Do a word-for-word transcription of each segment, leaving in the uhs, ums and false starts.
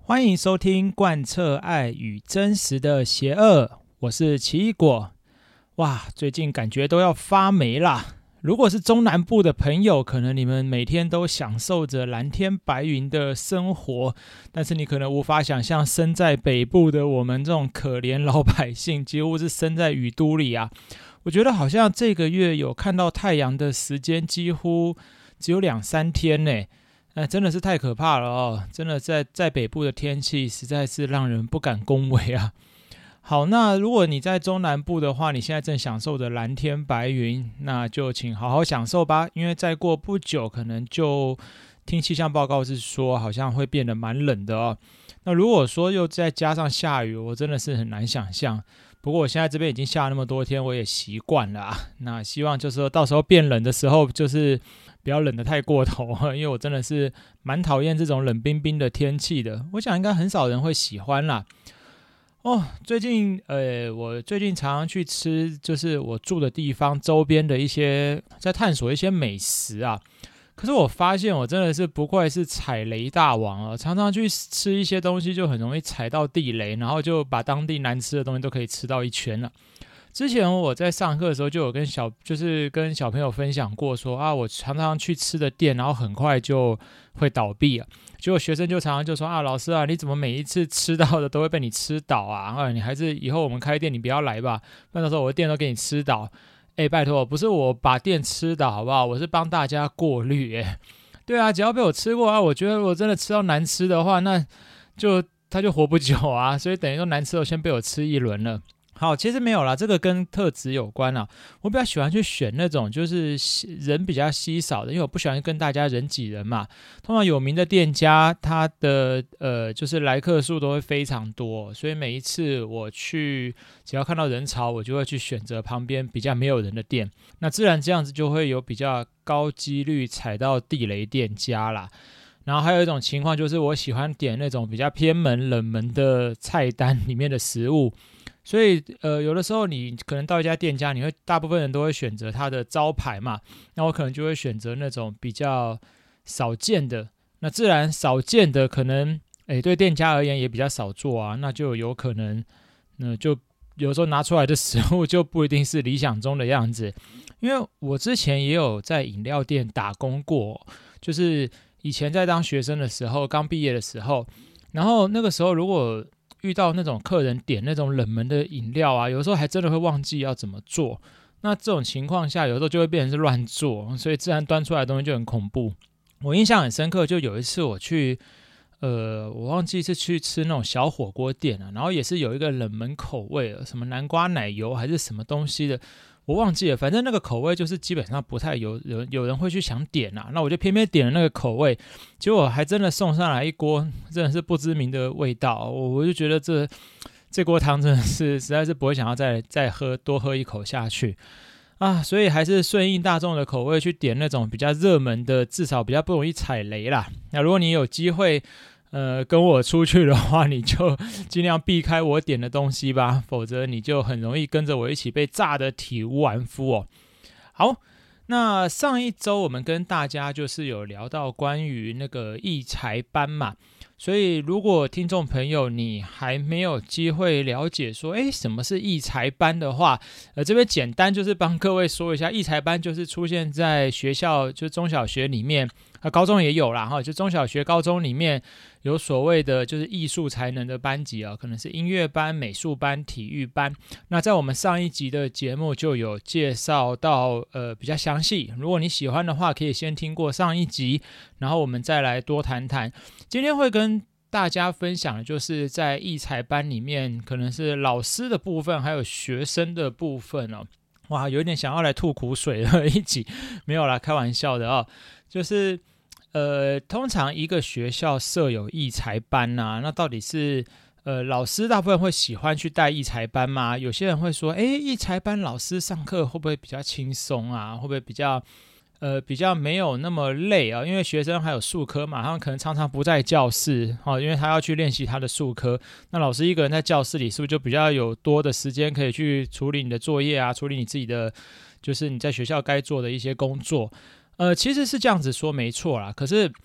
欢迎收听贯彻爱与真实的邪恶，我是奇异果。哇，最近感觉都要发霉啦。如果是中南部的朋友，可能你们每天都享受着蓝天白云的生活，但是你可能无法想象身在北部的我们这种可怜老百姓，几乎是身在雨都里啊。我觉得好像这个月有看到太阳的时间几乎只有两三天呢。哎，真的是太可怕了哦！真的在在北部的天气实在是让人不敢恭维啊。好，那如果你在中南部的话，你现在正享受着蓝天白云，那就请好好享受吧。因为再过不久，可能就听气象报告是说，好像会变得蛮冷的哦。那如果说又再加上下雨，我真的是很难想象。不过我现在这边已经下那么多天，我也习惯了啊。那希望就是说到时候变冷的时候，就是不要冷得太过头，因为我真的是蛮讨厌这种冷冰冰的天气的。我想应该很少人会喜欢啦。哦，最近呃，我最近常常去吃，就是我住的地方周边的一些，在探索一些美食啊。可是我发现我真的是不愧是踩雷大王啊，常常去吃一些东西就很容易踩到地雷，然后就把当地难吃的东西都可以吃到一圈了。之前我在上课的时候就有跟小就是跟小朋友分享过说啊，我常常去吃的店，然后很快就会倒闭了。结果学生就常常就说啊，老师啊，你怎么每一次吃到的都会被你吃倒啊？啊，你还是以后我们开店你不要来吧，不然到时候我的店都给你吃倒。哎，拜托，不是我把店吃倒好不好？我是帮大家过滤。哎，对啊，只要被我吃过啊，我觉得我真的吃到难吃的话，那就他就活不久啊。所以等于说难吃的先被我吃一轮了。好，其实没有啦，这个跟特质有关啦。我比较喜欢去选那种就是人比较稀少的，因为我不喜欢跟大家人挤人嘛。通常有名的店家，他的呃就是来客数都会非常多，所以每一次我去，只要看到人潮，我就会去选择旁边比较没有人的店。那自然这样子就会有比较高几率踩到地雷店家啦。然后还有一种情况就是，我喜欢点那种比较偏门、冷门的菜单里面的食物。所以，呃，有的时候你可能到一家店家，你会大部分人都会选择它的招牌嘛，那我可能就会选择那种比较少见的。那自然少见的可能，诶，对店家而言也比较少做啊，那就有可能，那就有时候拿出来的食物就不一定是理想中的样子。因为我之前也有在饮料店打工过，就是以前在当学生的时候，刚毕业的时候，然后那个时候如果遇到那种客人点那种冷门的饮料啊，有时候还真的会忘记要怎么做。那这种情况下，有时候就会变成是乱做，所以自然端出来的东西就很恐怖。我印象很深刻，就有一次我去，呃，我忘记是去吃那种小火锅店啊，然后也是有一个冷门口味的，什么南瓜奶油还是什么东西的。我忘记了，反正那个口味就是基本上不太有有有人会去想点啊，那我就偏偏点了那个口味，结果还真的送上来一锅真的是不知名的味道，我我就觉得这这锅汤真的是实在是不会想要再再喝多喝一口下去啊，所以还是顺应大众的口味去点那种比较热门的，至少比较不容易踩雷啦。那如果你有机会呃，跟我出去的话，你就尽量避开我点的东西吧，否则你就很容易跟着我一起被炸得体无完肤哦。好，那上一周我们跟大家就是有聊到关于那个艺才班嘛，所以如果听众朋友你还没有机会了解说，诶，什么是艺才班的话，呃，这边简单就是帮各位说一下，艺才班就是出现在学校，就中小学里面。啊，高中也有啦哈，就中小学、高中里面有所谓的就是艺术才能的班级啊，可能是音乐班、美术班、体育班。那在我们上一集的节目就有介绍到，呃，比较详细。如果你喜欢的话，可以先听过上一集，然后我们再来多谈谈。今天会跟大家分享的就是在艺才班里面，可能是老师的部分，还有学生的部分哦。哇，有点想要来吐苦水了一集，没有啦，开玩笑的哦。就是呃，通常一个学校设有艺才班啊，那到底是呃老师大部分会喜欢去带艺才班吗？有些人会说，诶，艺才班老师上课会不会比较轻松啊？会不会比较呃比较没有那么累啊？因为学生还有术科嘛，他们可能常常不在教室，哦，因为他要去练习他的术科。那老师一个人在教室里，是不是就比较有多的时间可以去处理你的作业啊，处理你自己的就是你在学校该做的一些工作？呃，其实是这样子说没错啦，可是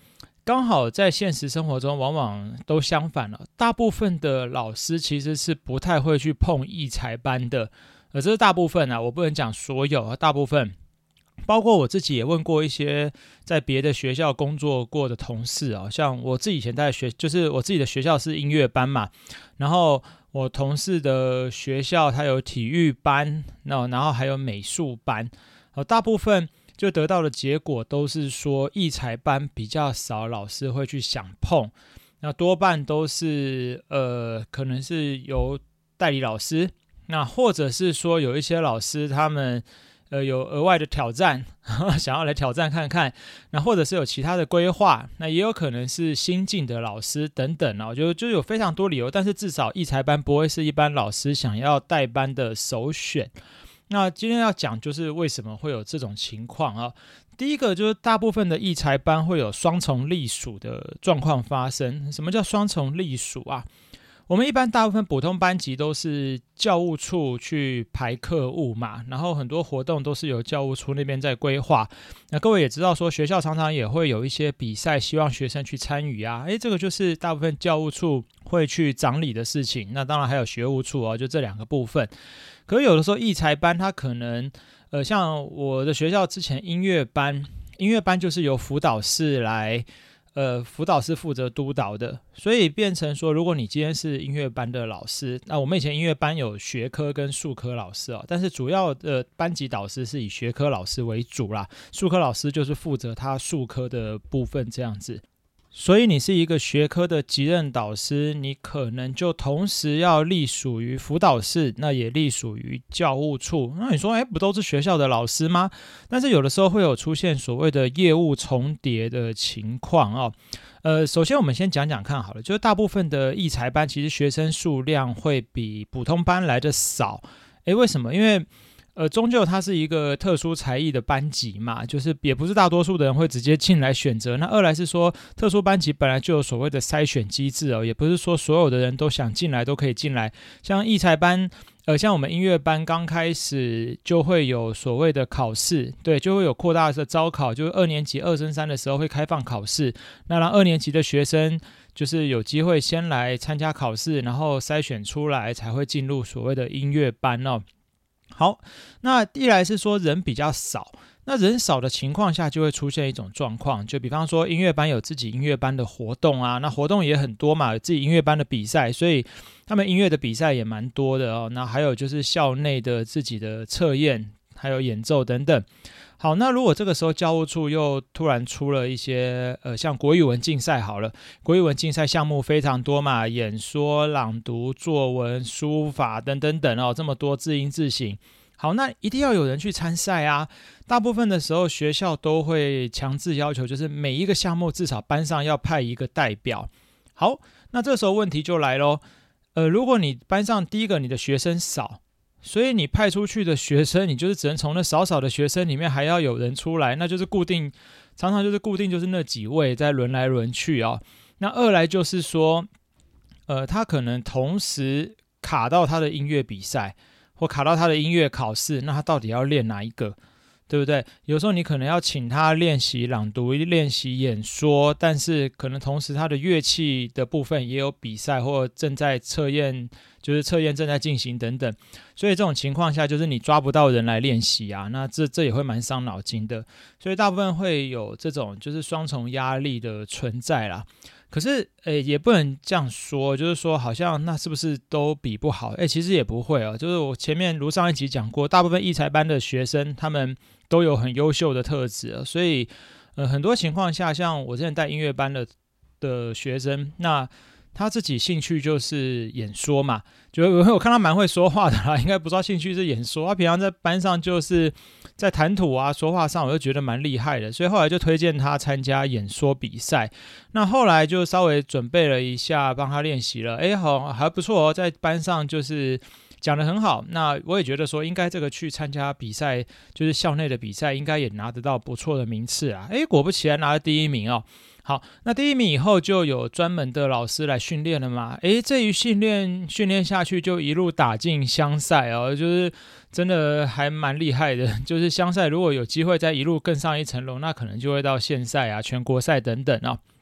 刚好在现实生活中往往都相反了，大部分的老师其实是不太会去碰艺才班的，呃，这是大部分啊，我不能讲所有，大部分。包括我自己也问过一些在别的学校工作过的同事啊，像我自己以前在学，就是我自己的学校是音乐班嘛，然后我同事的学校它有体育班，然后还有美术班，大部分就得到的结果都是说艺才班比较少老师会去想碰，那多半都是呃可能是由代理老师，那或者是说有一些老师他们呃，有额外的挑战，呵呵想要来挑战看看，那或者是有其他的规划，那也有可能是新进的老师等等哦，就就有非常多理由，但是至少艺才班不会是一般老师想要带班的首选。那今天要讲就是为什么会有这种情况啊？第一个就是大部分的艺才班会有双重隶属的状况发生。什么叫双重隶属啊？我们一般大部分普通班级都是教务处去排课务嘛，然后很多活动都是由教务处那边在规划。那各位也知道说，学校常常也会有一些比赛，希望学生去参与啊。诶，这个就是大部分教务处会去掌理的事情。那当然还有学务处啊，就这两个部分。可是有的时候艺才班它可能，呃，像我的学校之前音乐班，音乐班就是由辅导室来。呃，辅导是负责督导的，所以变成说，如果你今天是音乐班的老师，那我们以前音乐班有学科跟术科老师哦，但是主要的班级导师是以学科老师为主啦，术科老师就是负责他术科的部分这样子。所以你是一个学科的级任导师，你可能就同时要隶属于辅导室，那也隶属于教务处。那你说，哎，不都是学校的老师吗？但是有的时候会有出现所谓的业务重叠的情况哦。呃，首先我们先讲讲看好了，就是大部分的艺才班其实学生数量会比普通班来的少。哎，为什么？因为呃，终究它是一个特殊才艺的班级嘛，就是也不是大多数的人会直接进来选择。那二来是说，特殊班级本来就有所谓的筛选机制哦，也不是说所有的人都想进来都可以进来。像艺才班，呃，像我们音乐班刚开始就会有所谓的考试，对，就会有扩大的招考，就是二年级二升三的时候会开放考试，那让二年级的学生就是有机会先来参加考试，然后筛选出来才会进入所谓的音乐班哦。好，那一来是说人比较少，那人少的情况下就会出现一种状况，就比方说音乐班有自己音乐班的活动啊，那活动也很多嘛，有自己音乐班的比赛，所以他们音乐的比赛也蛮多的哦。那还有就是校内的自己的测验，还有演奏等等。好，那如果这个时候教务处又突然出了一些呃，像国语文竞赛好了，国语文竞赛项目非常多嘛，演说、朗读、作文、书法等等等哦，这么多字音字形。好，那一定要有人去参赛啊。大部分的时候学校都会强制要求，就是每一个项目至少班上要派一个代表。好，那这时候问题就来咯，呃，如果你班上第一个你的学生少，所以你派出去的学生，你就是只能从那少少的学生里面还要有人出来，那就是固定，常常就是固定就是那几位在轮来轮去哦。那二来就是说，呃，他可能同时卡到他的音乐比赛，或卡到他的音乐考试，那他到底要练哪一个？对不对？有时候你可能要请他练习朗读、练习演说，但是可能同时他的乐器的部分也有比赛或正在测验，就是测验正在进行等等。所以这种情况下，就是你抓不到人来练习啊，那这这也会蛮伤脑筋的。所以大部分会有这种就是双重压力的存在啦。可是，诶，也不能这样说，就是说，好像那是不是都比不好？诶，其实也不会哦。就是我前面如上一集讲过，大部分艺才班的学生，他们都有很优秀的特质，所以，呃，很多情况下，像我之前带音乐班的的学生，那他自己兴趣就是演说嘛，就我看他蛮会说话的啦，应该不知道兴趣是演说，他平常在班上就是在谈吐啊、说话上，我就觉得蛮厉害的，所以后来就推荐他参加演说比赛。那后来就稍微准备了一下，帮他练习了，哎，好还不错哦，在班上就是讲得很好。那我也觉得说，应该这个去参加比赛，就是校内的比赛，应该也拿得到不错的名次啊。哎，果不其然拿了第一名哦。好，那第一名以后就有专门的老师来训练了嘛？诶，这一训练训练下去，就一路打进乡赛哦，就是真的还蛮厉害的。就是乡赛如果有机会再一路更上一层楼，那可能就会到县赛啊、全国赛等等啊。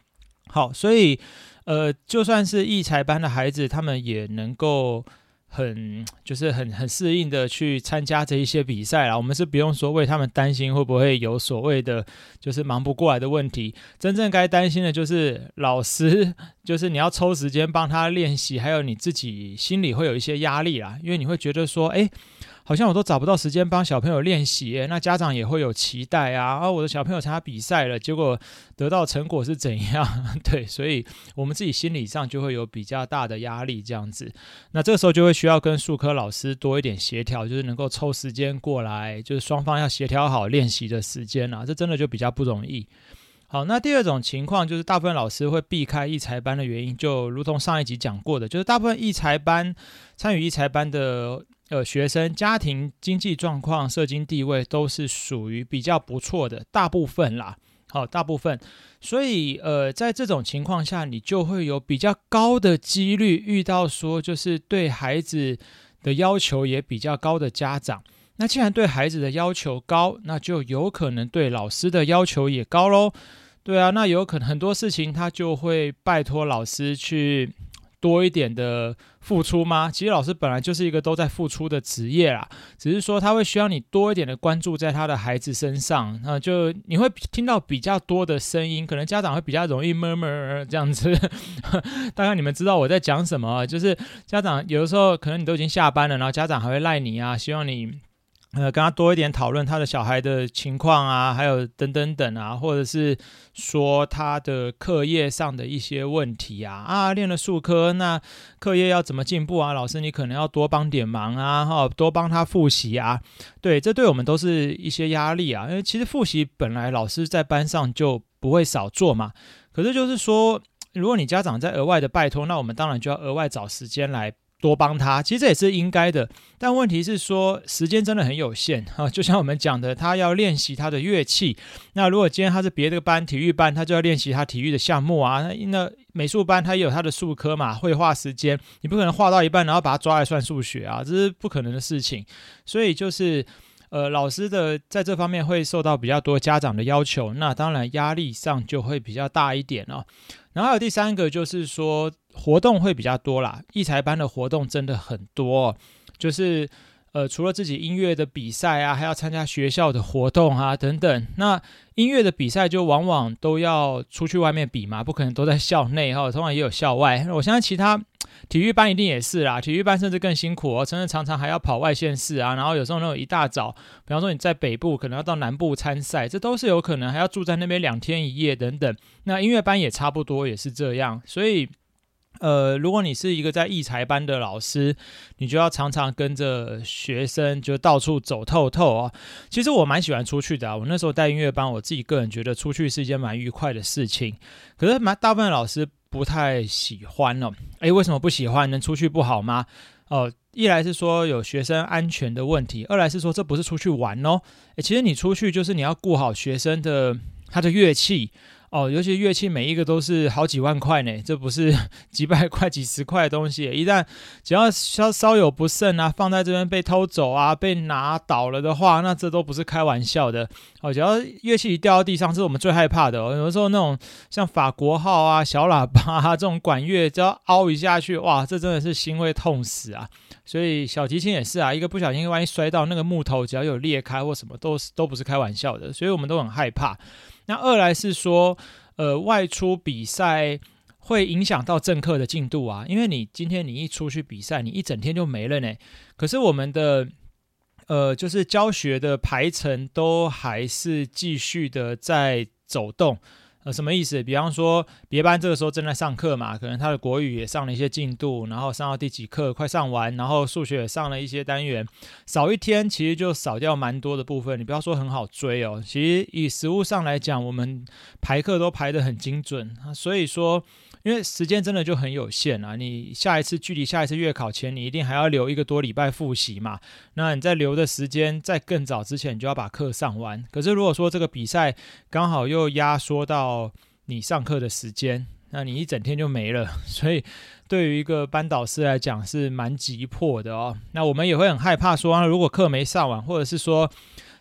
好，所以呃，就算是艺才班的孩子，他们也能够很就是很很适应的去参加这一些比赛啦。我们是不用说为他们担心会不会有所谓的就是忙不过来的问题，真正该担心的就是老师，就是你要抽时间帮他练习，还有你自己心里会有一些压力啦，因为你会觉得说，哎，好像我都找不到时间帮小朋友练习，那家长也会有期待啊，啊，我的小朋友参加比赛了，结果得到成果是怎样？对，所以我们自己心理上就会有比较大的压力，这样子。那这个时候就会需要跟术科老师多一点协调，就是能够抽时间过来，就是双方要协调好练习的时间啊，这真的就比较不容易。好，那第二种情况就是大部分老师会避开艺才班的原因，就如同上一集讲过的，就是大部分艺才班参与艺才班的呃学生家庭经济状况、社经地位都是属于比较不错的，大部分啦，好，大部分，所以呃在这种情况下，你就会有比较高的几率遇到说就是对孩子的要求也比较高的家长。那既然对孩子的要求高，那就有可能对老师的要求也高咯。对啊，那有可能很多事情他就会拜托老师去多一点的付出吗？其实老师本来就是一个都在付出的职业啦，只是说他会需要你多一点的关注在他的孩子身上，那就你会听到比较多的声音，可能家长会比较容易 murmur 这样子。大概你们知道我在讲什么，就是家长有的时候可能你都已经下班了，然后家长还会赖你啊，希望你呃，跟他多一点讨论他的小孩的情况啊，还有等等等啊，或者是说他的课业上的一些问题啊，啊，练了数科，那课业要怎么进步啊？老师你可能要多帮点忙啊，哈，多帮他复习啊，对，这对我们都是一些压力啊，因为其实复习本来老师在班上就不会少做嘛，可是就是说，如果你家长在额外的拜托，那我们当然就要额外找时间来多帮他，其实这也是应该的，但问题是说时间真的很有限啊。就像我们讲的，他要练习他的乐器，那如果今天他是别的班体育班，他就要练习他体育的项目啊。那那美术班他也有他的术科嘛，绘画时间，你不可能画到一半然后把他抓来算数学啊，这是不可能的事情。所以就是呃，老师的在这方面会受到比较多家长的要求，那当然压力上就会比较大一点哦。然后还有第三个就是说活动会比较多啦，艺才班的活动真的很多哦，就是呃除了自己音乐的比赛啊，还要参加学校的活动啊等等。那音乐的比赛就往往都要出去外面比嘛，不可能都在校内哈，通常也有校外。我相信其他体育班一定也是啦，体育班甚至更辛苦哦，甚至常常还要跑外县市啊，然后有时候那种一大早，比方说你在北部可能要到南部参赛，这都是有可能，还要住在那边两天一夜等等。那音乐班也差不多也是这样，所以呃，如果你是一个在艺才班的老师，你就要常常跟着学生就到处走透透哦。其实我蛮喜欢出去的啊，我那时候带音乐班，我自己个人觉得出去是一件蛮愉快的事情。可是蛮大部分的老师不太喜欢哦。诶，为什么不喜欢？能出去不好吗？哦，一来是说有学生安全的问题，二来是说这不是出去玩哦。诶，其实你出去就是你要顾好学生的他的乐器。哦，尤其乐器每一个都是好几万块呢，这不是几百块、几十块的东西。一旦只要稍稍有不慎啊，放在这边被偷走啊，被拿倒了的话，那这都不是开玩笑的。哦，只要乐器一掉到地上，这是我们最害怕的哦。有的时候那种像法国号啊、小喇叭啊这种管乐，只要凹一下去，哇，这真的是心会痛死啊。所以小提琴也是啊，一个不小心万一摔到那个木头，只要有裂开或什么，都都不是开玩笑的。所以我们都很害怕。那二来是说，呃，外出比赛会影响到正课的进度啊，因为你今天你一出去比赛，你一整天就没了呢。可是我们的呃，就是教学的排程都还是继续的在走动。呃，什么意思？比方说，别班这个时候正在上课嘛，可能他的国语也上了一些进度，然后上到第几课快上完，然后数学也上了一些单元，少一天其实就少掉蛮多的部分。你不要说很好追哦，其实以实务上来讲，我们排课都排得很精准，所以说，因为时间真的就很有限啊。你下一次距离下一次月考前，你一定还要留一个多礼拜复习嘛。那你在留的时间在更早之前，你就要把课上完。可是如果说这个比赛刚好又压缩到你上课的时间，那你一整天就没了，所以对于一个班导师来讲是蛮急迫的哦。那我们也会很害怕说，如果课没上完，或者是说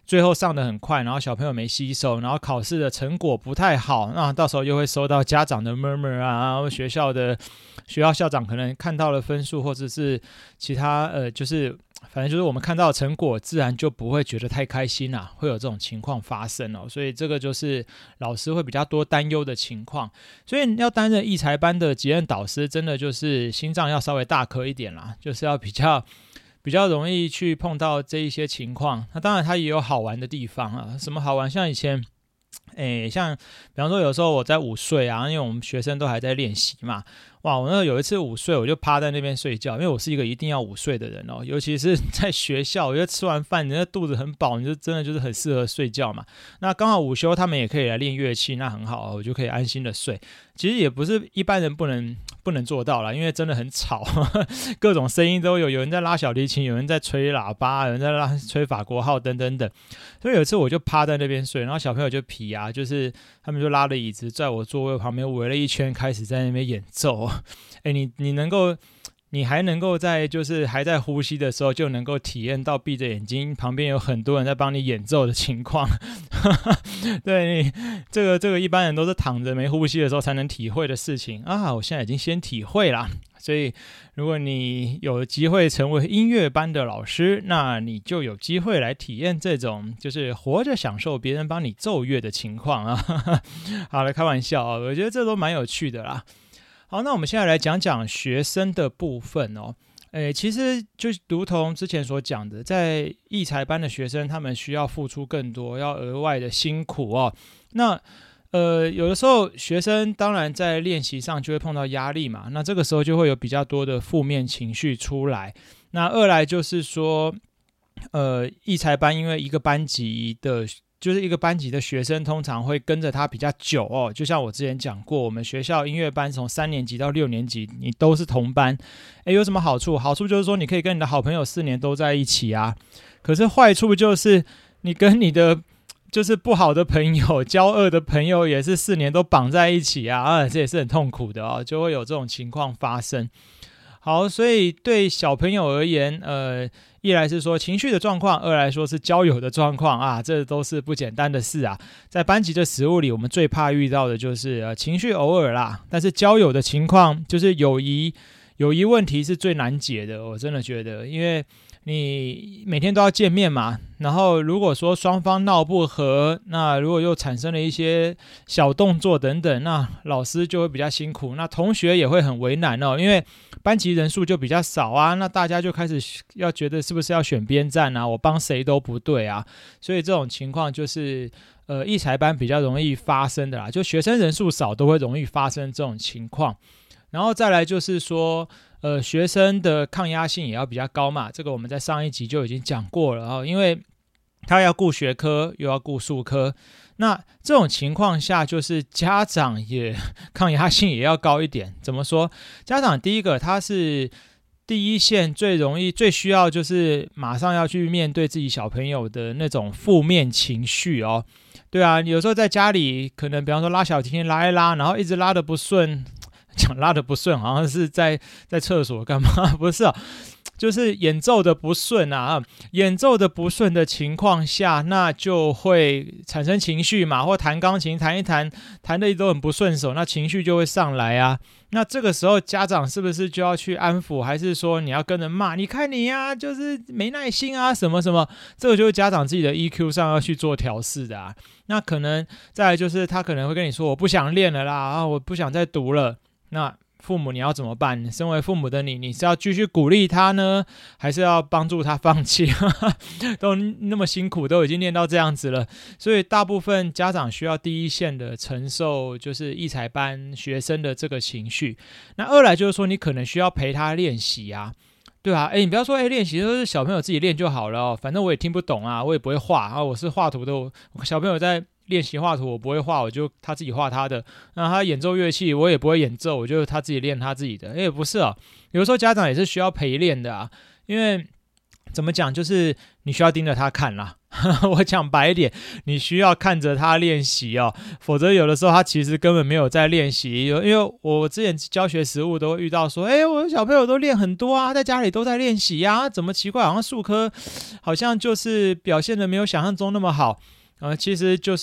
最后上得很快，然后小朋友没吸收，然后考试的成果不太好，那到时候又会收到家长的 murmur 啊，然后学校的学校校长可能看到了分数，或者是其他呃，就是反正就是我们看到的成果，自然就不会觉得太开心啦，会有这种情况发生哦。所以这个就是老师会比较多担忧的情况。所以要担任艺才班的级任导师，真的就是心脏要稍微大颗一点啦，就是要比较。比较容易去碰到这一些情况，那当然它也有好玩的地方啊。什么好玩？像以前，诶，像比方说有时候我在午睡啊，因为我们学生都还在练习嘛。哇，我那有一次午睡，我就趴在那边睡觉，因为我是一个一定要午睡的人哦。尤其是在学校，我觉得吃完饭，你的肚子很饱，你就真的就是很适合睡觉嘛。那刚好午休，他们也可以来练乐器，那很好，我就可以安心的睡。其实也不是一般人不能不能做到啦，因为真的很吵，各种声音都有，有人在拉小提琴，有人在吹喇叭，有人在拉吹法国号等等等。所以有一次我就趴在那边睡，然后小朋友就皮啊，就是他们就拉了椅子在我座位旁边围了一圈，开始在那边演奏。哎，你你能够，你还能够在就是还在呼吸的时候，就能够体验到闭着眼睛，旁边有很多人在帮你演奏的情况。对，你这个这个一般人都是躺着没呼吸的时候才能体会的事情啊！我现在已经先体会啦。所以，如果你有机会成为音乐班的老师，那你就有机会来体验这种就是活着享受别人帮你奏乐的情况啊。好了，开玩笑啊，我觉得这都蛮有趣的啦。好，那我们现在来讲讲学生的部分哦。诶，其实就如同之前所讲的，在艺才班的学生，他们需要付出更多，要额外的辛苦哦。那呃，有的时候学生当然在练习上就会碰到压力嘛，那这个时候就会有比较多的负面情绪出来。那二来就是说，呃，艺才班因为一个班级的。就是一个班级的学生通常会跟着他比较久哦，就像我之前讲过，我们学校音乐班从三年级到六年级，你都是同班。诶，有什么好处？好处就是说你可以跟你的好朋友四年都在一起啊。可是坏处就是你跟你的就是不好的朋友、交恶的朋友也是四年都绑在一起啊，啊，这也是很痛苦的哦，就会有这种情况发生。好，所以对小朋友而言，呃。一来是说情绪的状况，二来说是交友的状况啊，这都是不简单的事啊。在班级的食物里，我们最怕遇到的就是呃情绪偶尔啦，但是交友的情况，就是友谊友谊问题是最难解的。我真的觉得，因为你每天都要见面嘛，然后如果说双方闹不和，那如果又产生了一些小动作等等，那老师就会比较辛苦，那同学也会很为难哦，因为班级人数就比较少啊，那大家就开始要觉得是不是要选边站啊，我帮谁都不对啊，所以这种情况就是呃艺才班比较容易发生的啦，就学生人数少都会容易发生这种情况。然后再来就是说呃，学生的抗压性也要比较高嘛，这个我们在上一集就已经讲过了哦，因为他要顾学科又要顾术科，那这种情况下就是家长也抗压性也要高一点。怎么说？家长第一个他是第一线最容易最需要就是马上要去面对自己小朋友的那种负面情绪哦。对啊，有时候在家里可能比方说拉小提琴拉一拉，然后一直拉得不顺，讲拉得不顺好像是在在厕所干嘛？不是啊，就是演奏的不顺啊，演奏的不顺的情况下，那就会产生情绪嘛，或弹钢琴弹一弹，弹的都很不顺手，那情绪就会上来啊。那这个时候家长是不是就要去安抚，还是说你要跟人骂？你看你啊，就是没耐心啊，什么什么，这个就是家长自己的 E Q 上要去做调试的啊。那可能再来就是他可能会跟你说，我不想练了啦，啊，我不想再读了。那父母你要怎么办？身为父母的你，你是要继续鼓励他呢，还是要帮助他放弃？都那么辛苦，都已经练到这样子了，所以大部分家长需要第一线的承受就是艺才班学生的这个情绪。那二来就是说，你可能需要陪他练习啊。对啊，哎，你不要说哎，练习都是小朋友自己练就好了哦，反正我也听不懂啊，我也不会画啊，我是画图的，我小朋友在练习画图，我不会画，我就他自己画他的。那他演奏乐器，我也不会演奏，我就他自己练他自己的。哎，不是啊，有时候家长也是需要陪练的啊，因为怎么讲，就是你需要盯着他看啦。 我讲白一点，你需要看着他练习哦，否则有的时候他其实根本没有在练习。因为我之前教学实务都会遇到说，哎，我的小朋友都练很多啊，在家里都在练习啊，怎么奇怪，好像术科好像就是表现的没有想象中那么好，呃，其实就是。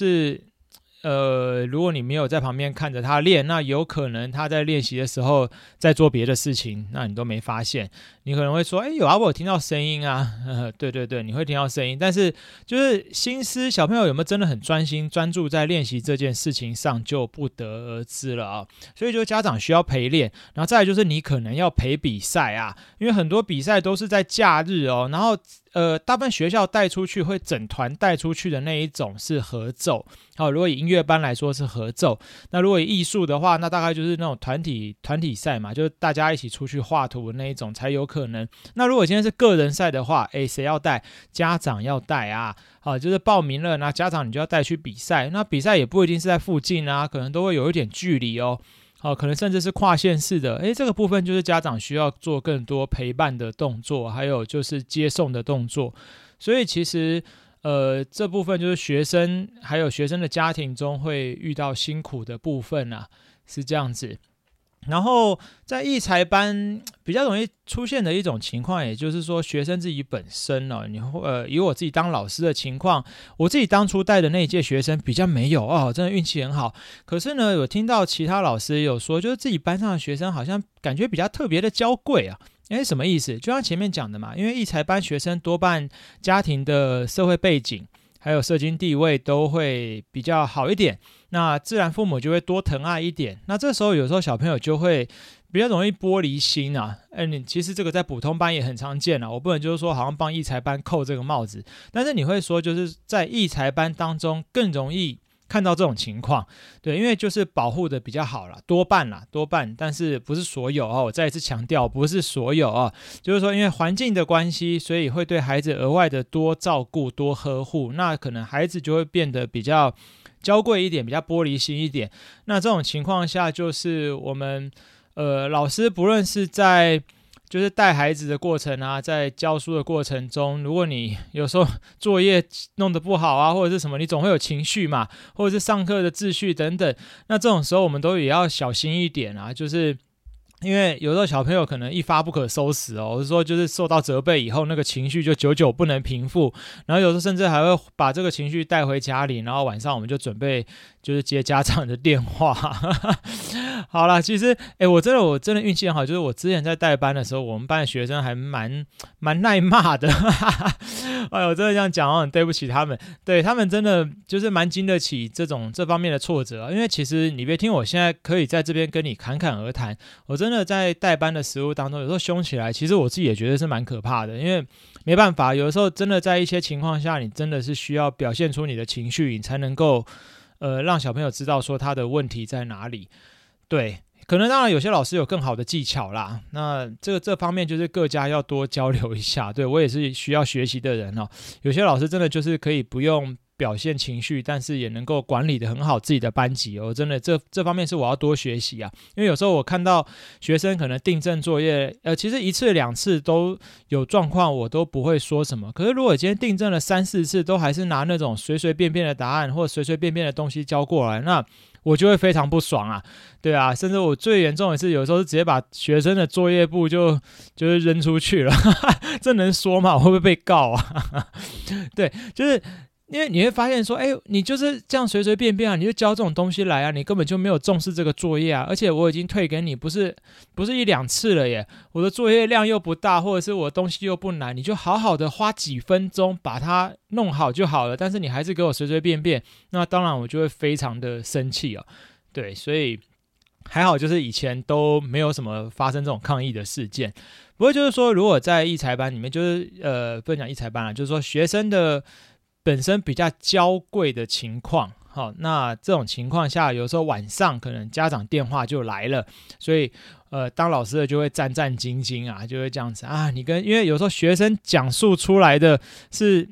呃，如果你没有在旁边看着他练，那有可能他在练习的时候在做别的事情，那你都没发现。你可能会说，哎，有啊，我有听到声音啊，呵呵对对对，你会听到声音，但是就是心思，小朋友有没有真的很专心专注在练习这件事情上，就不得而知了啊。所以就家长需要陪练，然后再来就是你可能要陪比赛啊，因为很多比赛都是在假日哦，然后。呃，大部分学校带出去会整团带出去的那一种是合奏，好，如果以音乐班来说是合奏，那如果以艺术的话，那大概就是那种团体团体赛嘛，就是大家一起出去画图的那一种才有可能。那如果今天是个人赛的话，诶，谁要带？家长要带啊，好，就是报名了，那家长你就要带去比赛，那比赛也不一定是在附近啊，可能都会有一点距离哦。好，可能甚至是跨县市的，诶，这个部分就是家长需要做更多陪伴的动作，还有就是接送的动作。所以其实，呃，这部分就是学生还有学生的家庭中会遇到辛苦的部分啊，是这样子。然后在艺才班比较容易出现的一种情况，也就是说学生自己本身哦，你呃以我自己当老师的情况，我自己当初带的那一届学生比较没有哦，真的运气很好。可是呢，有听到其他老师有说，就是自己班上的学生好像感觉比较特别的娇贵啊。诶，什么意思？就像前面讲的嘛，因为艺才班学生多半家庭的社会背景还有社经地位都会比较好一点，那自然父母就会多疼爱一点，那这时候有时候小朋友就会比较容易玻璃心啊。哎，你其实这个在普通班也很常见啊，我不能就是说好像帮艺才班扣这个帽子，但是你会说就是在艺才班当中更容易看到这种情况，对，因为就是保护的比较好啦，多半啦，多半，但是不是所有哦，我再一次强调，不是所有哦，就是说因为环境的关系，所以会对孩子额外的多照顾、多呵护，那可能孩子就会变得比较娇贵一点，比较玻璃心一点。那这种情况下，就是我们呃老师不论是在就是带孩子的过程啊，在教书的过程中，如果你有时候作业弄得不好啊，或者是什么，你总会有情绪嘛，或者是上课的秩序等等，那这种时候我们都也要小心一点啊，就是因为有时候小朋友可能一发不可收拾哦，我是说就是受到责备以后，那个情绪就久久不能平复，然后有时候甚至还会把这个情绪带回家里，然后晚上我们就准备就是接家长的电话。好啦，其实诶我真的我真的运气很好，就是我之前在带班的时候，我们班的学生还蛮蛮耐骂的。哎呦，真的这样讲，很对不起他们，对他们真的就是蛮经得起这种这方面的挫折，因为其实你别听我现在可以在这边跟你侃侃而谈，我真的在带班的实务当中，有时候凶起来，其实我自己也觉得是蛮可怕的，因为没办法，有的时候真的在一些情况下，你真的是需要表现出你的情绪，你才能够呃让小朋友知道说他的问题在哪里。对，可能当然有些老师有更好的技巧啦，那这个这方面就是各家要多交流一下。对，我也是需要学习的人哦。有些老师真的就是可以不用表现情绪，但是也能够管理得很好自己的班级哦。真的这这方面是我要多学习啊，因为有时候我看到学生可能订正作业，呃，其实一次两次都有状况，我都不会说什么。可是如果今天订正了三四次，都还是拿那种随随便便的答案或随随便便的东西交过来，那我就会非常不爽啊，对啊，甚至我最严重的是，有时候是直接把学生的作业簿就就是扔出去了，这能说吗？我会不会被告啊？对，就是因为你会发现说，哎，你就是这样随随便便啊，你就交这种东西来啊，你根本就没有重视这个作业啊，而且我已经退给你不是不是一两次了耶，我的作业量又不大，或者是我的东西又不难，你就好好的花几分钟把它弄好就好了，但是你还是给我随随便便，那当然我就会非常的生气哦。对，所以还好就是以前都没有什么发生这种抗议的事件。不过就是说，如果在艺才班里面，就是呃不能讲艺才班啦，就是说学生的本身比较娇贵的情况，好，那这种情况下，有时候晚上可能家长电话就来了，所以呃，当老师的就会战战兢兢啊，就会这样子啊，你跟因为有时候学生讲述出来的是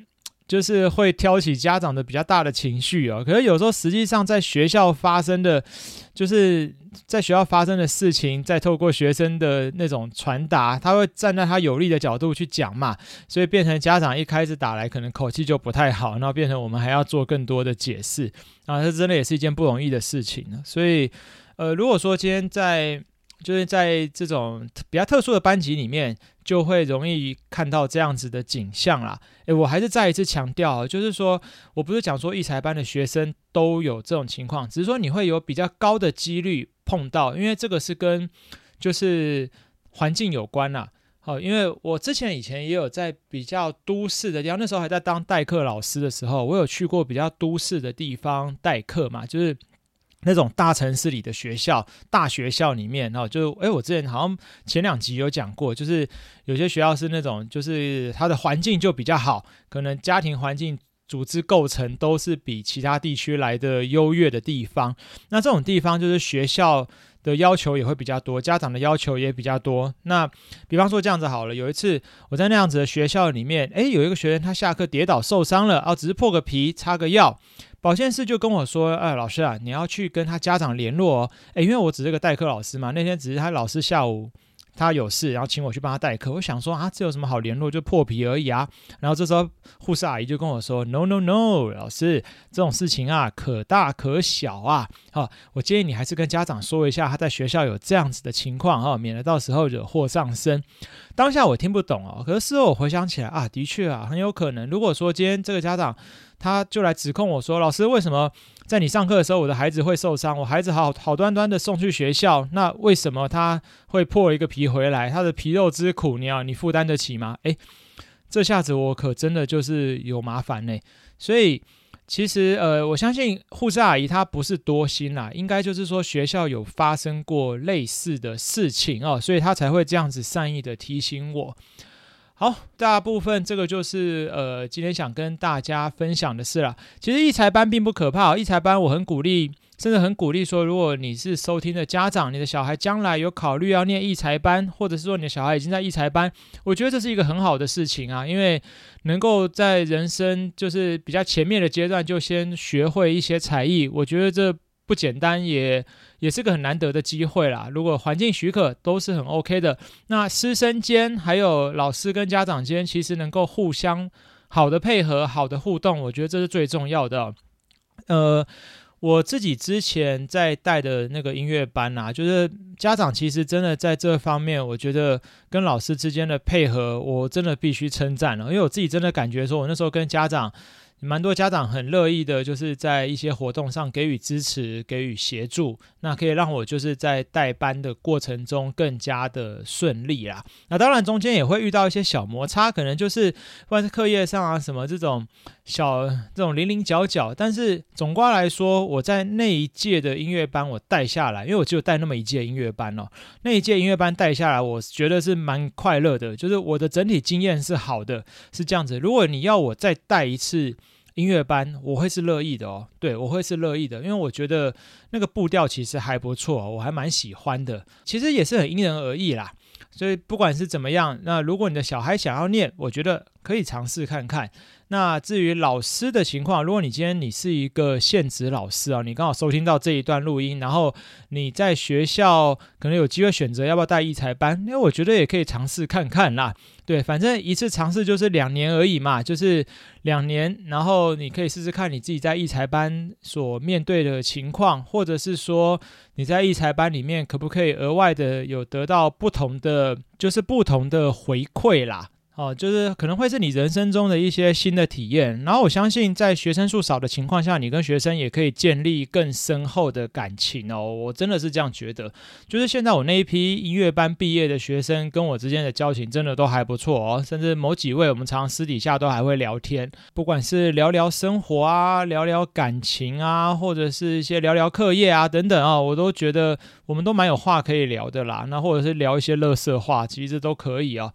就是会挑起家长的比较大的情绪哦。可是有时候实际上在学校发生的，就是在学校发生的事情，再透过学生的那种传达，他会站在他有利的角度去讲嘛，所以变成家长一开始打来可能口气就不太好，然后变成我们还要做更多的解释啊，这真的也是一件不容易的事情。所以呃，如果说今天在就是在这种比较特殊的班级里面，就会容易看到这样子的景象啦。诶，我还是再一次强调，就是说我不是讲说艺才班的学生都有这种情况，只是说你会有比较高的几率碰到，因为这个是跟就是环境有关啦。好，因为我之前以前也有在比较都市的地方，那时候还在当代课老师的时候，我有去过比较都市的地方代课嘛，就是那种大城市里的学校、大学校里面，然后就哎，我之前好像前两集有讲过，就是有些学校是那种，就是它的环境就比较好，可能家庭环境、组织构成都是比其他地区来的优越的地方。那这种地方就是学校的要求也会比较多，家长的要求也比较多。那比方说这样子好了，有一次我在那样子的学校里面，哎，有一个学生他下课跌倒受伤了，啊，只是破个皮、擦个药。保健室就跟我说，哎，老师啊，你要去跟他家长联络哦。哎，因为我只是个代课老师嘛，那天只是他老师下午他有事，然后请我去帮他代课。我想说啊，这有什么好联络，就破皮而已啊。然后这时候护士阿姨就跟我说 ，no no no， 老师，这种事情啊，可大可小啊。啊，我建议你还是跟家长说一下，他在学校有这样子的情况啊，免得到时候惹祸上身。当下我听不懂哦，可是事后我回想起来啊，的确啊，很有可能。如果说今天这个家长他就来指控我说，老师为什么在你上课的时候我的孩子会受伤，我孩子好好端端的送去学校，那为什么他会破一个皮回来，他的皮肉之苦你要你负担得起吗？诶，这下子我可真的就是有麻烦呢。所以其实呃，我相信护士阿姨她不是多心啦，应该就是说学校有发生过类似的事情哦，所以她才会这样子善意的提醒我。好，大部分这个就是呃今天想跟大家分享的事啦。其实艺才班并不可怕，艺才班我很鼓励，甚至很鼓励说，如果你是收听的家长，你的小孩将来有考虑要念艺才班，或者是说你的小孩已经在艺才班，我觉得这是一个很好的事情啊，因为能够在人生就是比较前面的阶段就先学会一些才艺，我觉得这不简单，也也是个很难得的机会啦。如果环境许可，都是很 OK 的。那师生间还有老师跟家长间，其实能够互相好的配合、好的互动，我觉得这是最重要的哦。呃，我自己之前在带的那个音乐班啊，就是家长其实真的在这方面，我觉得跟老师之间的配合，我真的必须称赞了，因为我自己真的感觉说，我那时候跟家长。蛮多家长很乐意的，就是在一些活动上给予支持、给予协助，那可以让我就是在带班的过程中更加的顺利啦。那当然中间也会遇到一些小摩擦，可能就是不管是课业上啊什么这种小这种零零角角，但是总括来说，我在那一届的音乐班我带下来，因为我只有带那么一届音乐班哦，那一届音乐班带下来，我觉得是蛮快乐的，就是我的整体经验是好的，是这样子。如果你要我再带一次音乐班，我会是乐意的哦，对，我会是乐意的，因为我觉得那个步调其实还不错，我还蛮喜欢的。其实也是很因人而异啦，所以不管是怎么样，那如果你的小孩想要念，我觉得可以尝试看看。那至于老师的情况，如果你今天你是一个现职老师啊，你刚好收听到这一段录音，然后你在学校可能有机会选择要不要带艺才班，因为我觉得也可以尝试看看啦。对，反正一次尝试就是两年而已嘛，就是两年，然后你可以试试看你自己在艺才班所面对的情况，或者是说你在艺才班里面可不可以额外的有得到不同的，就是不同的回馈啦。哦，就是可能会是你人生中的一些新的体验，然后我相信在学生数少的情况下，你跟学生也可以建立更深厚的感情哦。我真的是这样觉得，就是现在我那一批音乐班毕业的学生跟我之间的交情真的都还不错哦，甚至某几位我们常常私底下都还会聊天，不管是聊聊生活啊，聊聊感情啊，或者是一些聊聊课业啊等等啊，我都觉得我们都蛮有话可以聊的啦。那或者是聊一些垃圾话，其实都可以哦。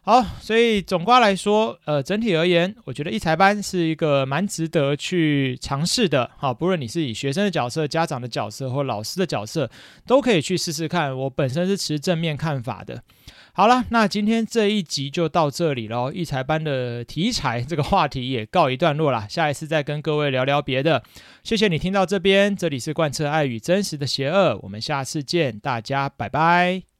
好，所以总括来说，呃，整体而言，我觉得育才班是一个蛮值得去尝试的。好，不论你是以学生的角色、家长的角色或老师的角色，都可以去试试看。我本身是持正面看法的。好了，那今天这一集就到这里咯，育才班的题材这个话题也告一段落啦，下一次再跟各位聊聊别的。谢谢你听到这边，这里是贯彻爱与真实的邪恶，我们下次见，大家拜拜。